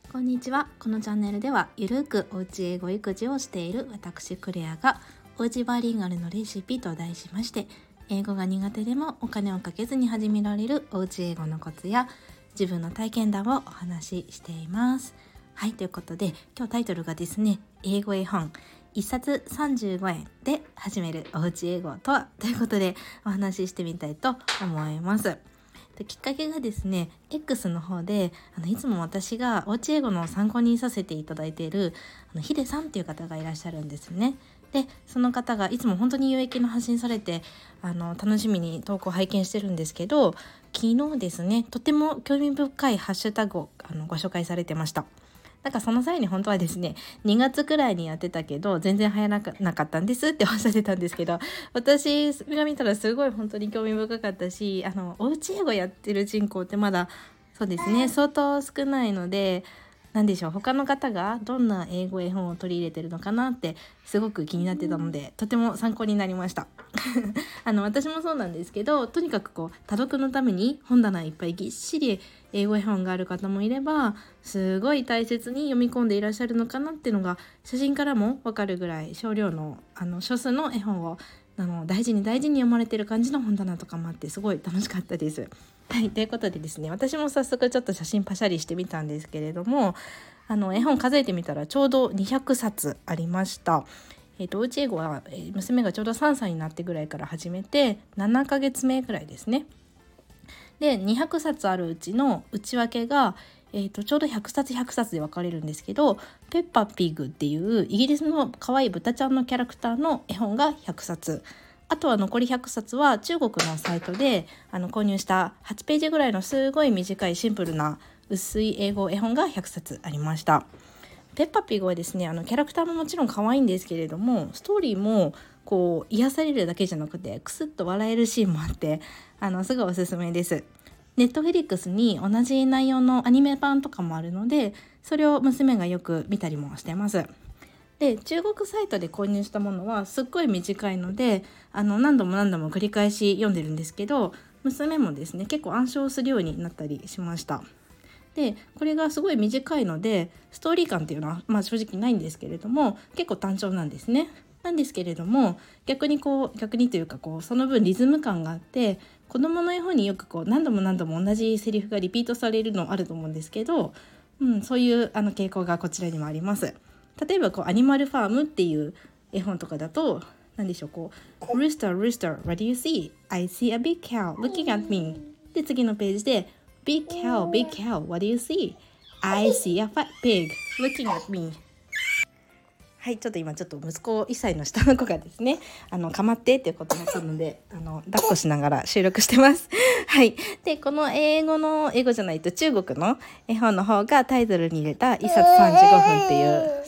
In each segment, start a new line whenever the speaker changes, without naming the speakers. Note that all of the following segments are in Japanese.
こんにちは。このチャンネルではゆるくおうち英語育児をしている私クレアがおうちバイリンガルのレシピと題しまして、英語が苦手でもお金をかけずに始められるおうち英語のコツや自分の体験談をお話ししています。はい、ということで今日タイトルがですね、英語絵本1冊35円で始めるおうち英語とはということでお話ししてみたいと思います。きっかけがですね、X の方でいつも私がおうち英語の参考にさせていただいているヒデさんっていう方がいらっしゃるんですね。でその方がいつも本当に有益な発信されて楽しみに投稿を拝見してるんですけど、昨日ですね、とても興味深いハッシュタグをご紹介されてました。なんかその際に本当はですね、2月くらいにやってたけど全然流行らなかったんですっておっしゃってたんですけど、私が見たらすごい本当に興味深かったし、おうち英語やってる人口ってまだそうですね、相当少ないので、なんでしょう、他の方がどんな英語絵本を取り入れてるのかなってすごく気になってたので、とても参考になりました私もそうなんですけど、とにかく多読のために本棚いっぱいぎっしり英語絵本がある方もいれば、すごい大切に読み込んでいらっしゃるのかなっていうのが写真からもわかるぐらい少量の書数の絵本を大事に読まれてる感じの本棚とかもあって、すごい楽しかったです。はい、ということでですね、私も早速ちょっと写真パシャリしてみたんですけれども、絵本数えてみたらちょうど200冊ありました。おうち英語は娘がちょうど3歳になってぐらいから始めて7ヶ月目ぐらいですね。で200冊あるうちの内訳が、ちょうど100冊100冊で分かれるんですけど、ペッパーピグっていうイギリスの可愛い豚ちゃんのキャラクターの絵本が100冊、あとは残り100冊は中国のサイトで購入した8ページぐらいのすごい短いシンプルな薄い英語絵本が100冊ありました。ペッパーピグはですね、キャラクターももちろん可愛いんですけれども、ストーリーも癒されるだけじゃなくてクスッと笑えるシーンもあって、すごいおすすめです。ネットフリックスに同じ内容のアニメ版とかもあるので、それを娘がよく見たりもしてます。で中国サイトで購入したものはすっごい短いので何度も繰り返し読んでるんですけど、娘もですね結構暗唱するようになったりしました。でこれがすごい短いのでストーリー感っていうのは、正直ないんですけれども、結構単調なんですね。なんですけれども逆にというかその分リズム感があって、子供の絵本によく何度も同じセリフがリピートされるのあると思うんですけど、そういう傾向がこちらにもあります。例えばアニマルファームっていう絵本とかだと、何でしょう、Rooster, Rooster, what do you see? I see a big cow looking at me. で次のページでBig cow, big cow, what do you see? I see a fat pig looking at me. はい、ちょっと今息子1歳の下の子がですねかまってっていうことになったので抱っこしながら収録してますはい。でこの中国の絵本の方がタイトルに入れた1冊35分っていう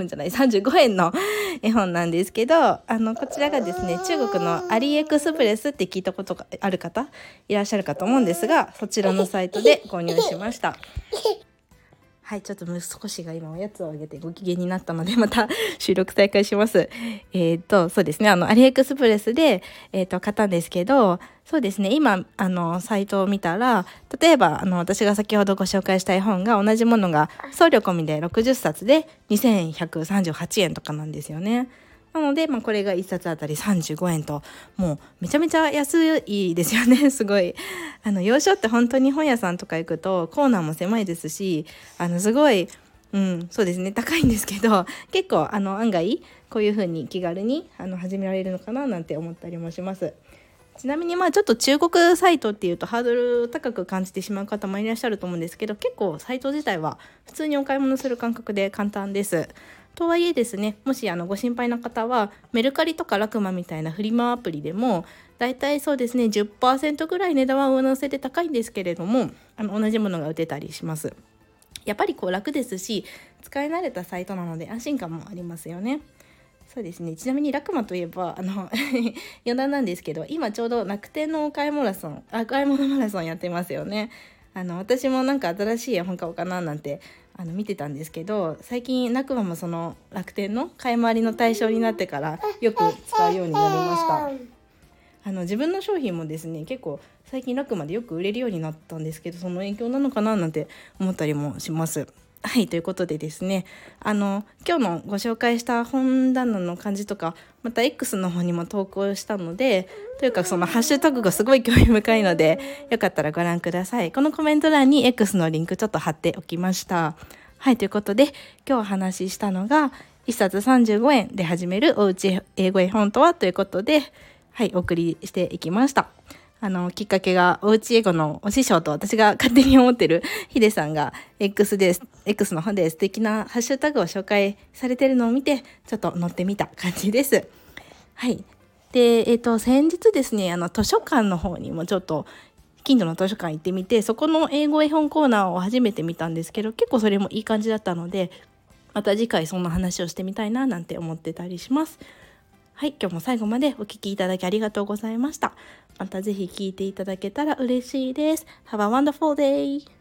35円の絵本なんですけど、こちらがですね、中国のアリエクスプレスって聞いたことがある方いらっしゃるかと思うんですが、そちらのサイトで購入しました。はい、ちょっと少しが今おやつをあげてご機嫌になったのでまた収録再開します。そうですね、アリエクスプレスで、買ったんですけど、そうですね、今サイトを見たら、例えば私が先ほどご紹介した絵本が同じものが送料込みで60冊で2138円とかなんですよね。なので、これが1冊あたり35円と、もうめちゃめちゃ安いですよね。すごい洋書って本当に本屋さんとか行くとコーナーも狭いですし、すごいそうですね、高いんですけど、結構案外こういう風に気軽に始められるのかななんて思ったりもします。ちなみにちょっと中国サイトっていうとハードル高く感じてしまう方もいらっしゃると思うんですけど、結構サイト自体は普通にお買い物する感覚で簡単です。とはいえですね、もしご心配な方はメルカリとかラクマみたいなフリマアプリでもだいたいそうですね 10% ぐらい値段は上乗せで高いんですけれども、同じものが売ってたりします。やっぱり楽ですし、使い慣れたサイトなので安心感もありますよね。そうですね、ちなみにラクマといえば余談なんですけど、今ちょうど楽天のお買い物マラソンやってますよね。私も新しい絵本買おうかななんて見てたんですけど、最近ラクマもその楽天の買い回りの対象になってからよく使うようになりました。自分の商品もですね、結構最近ラクマでよく売れるようになったんですけど、その影響なのかななんて思ったりもします。 はい、ということでですね、今日のご紹介した本棚の感じとか、また X の方にも投稿したので、というかそのハッシュタグがすごい興味深いので、よかったらご覧ください。このコメント欄に X のリンクちょっと貼っておきました。はい、ということで、今日お話ししたのが、1冊35円で始めるおうち英語絵本とはということで、はい、お送りしていきました。きっかけがおうち英語のお師匠と私が勝手に思ってるヒデさんが X の方で素敵なハッシュタグを紹介されてるのを見て、ちょっと乗ってみた感じです。はい。で、先日ですね、図書館の方にもちょっと、近所の図書館行ってみて、そこの英語絵本コーナーを初めて見たんですけど、結構それもいい感じだったので、また次回そんな話をしてみたいななんて思ってたりします。はい、今日も最後までお聞きいただきありがとうございました。またぜひ聞いていただけたら嬉しいです。Have a wonderful day!